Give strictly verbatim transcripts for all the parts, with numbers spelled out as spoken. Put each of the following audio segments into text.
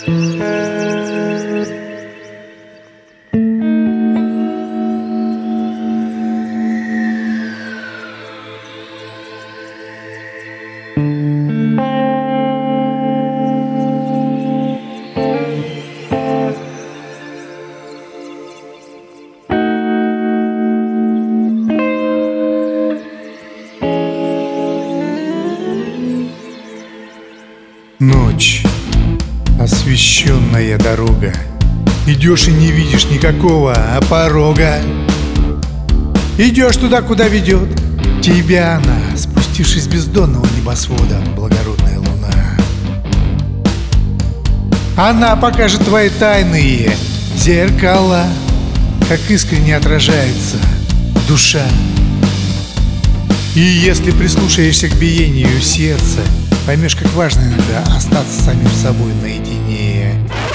Ночь, освещенная дорога. Идешь и не видишь никакого порога. Идешь туда, куда ведет тебя она, спустившись с бездонного небосвода, благородная луна. Она покажет твои тайные зеркала, как искренне отражается душа. И если прислушаешься к биению сердца, поймешь, как важно иногда остаться самим собой наедине.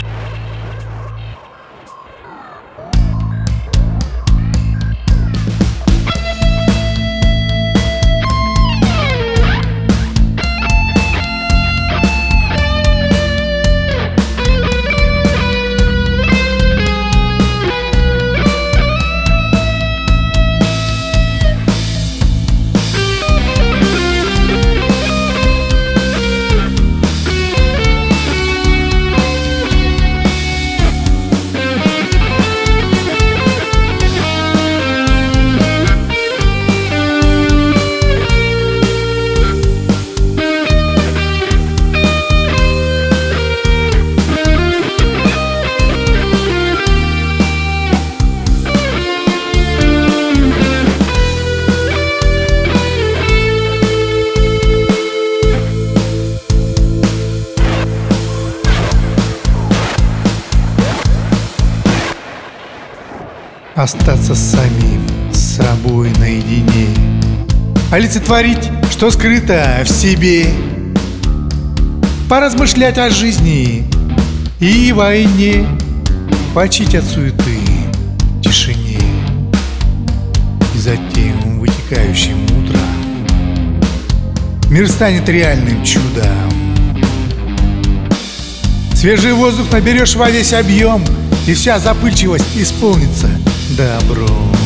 Остаться самим собой наедине, олицетворить, что скрыто в себе, поразмышлять о жизни и войне, почить от суеты в тишине, и затем вытекающим утром мир станет реальным чудом. Свежий воздух наберешь во весь объем, и вся запыльчивость исполнится добром.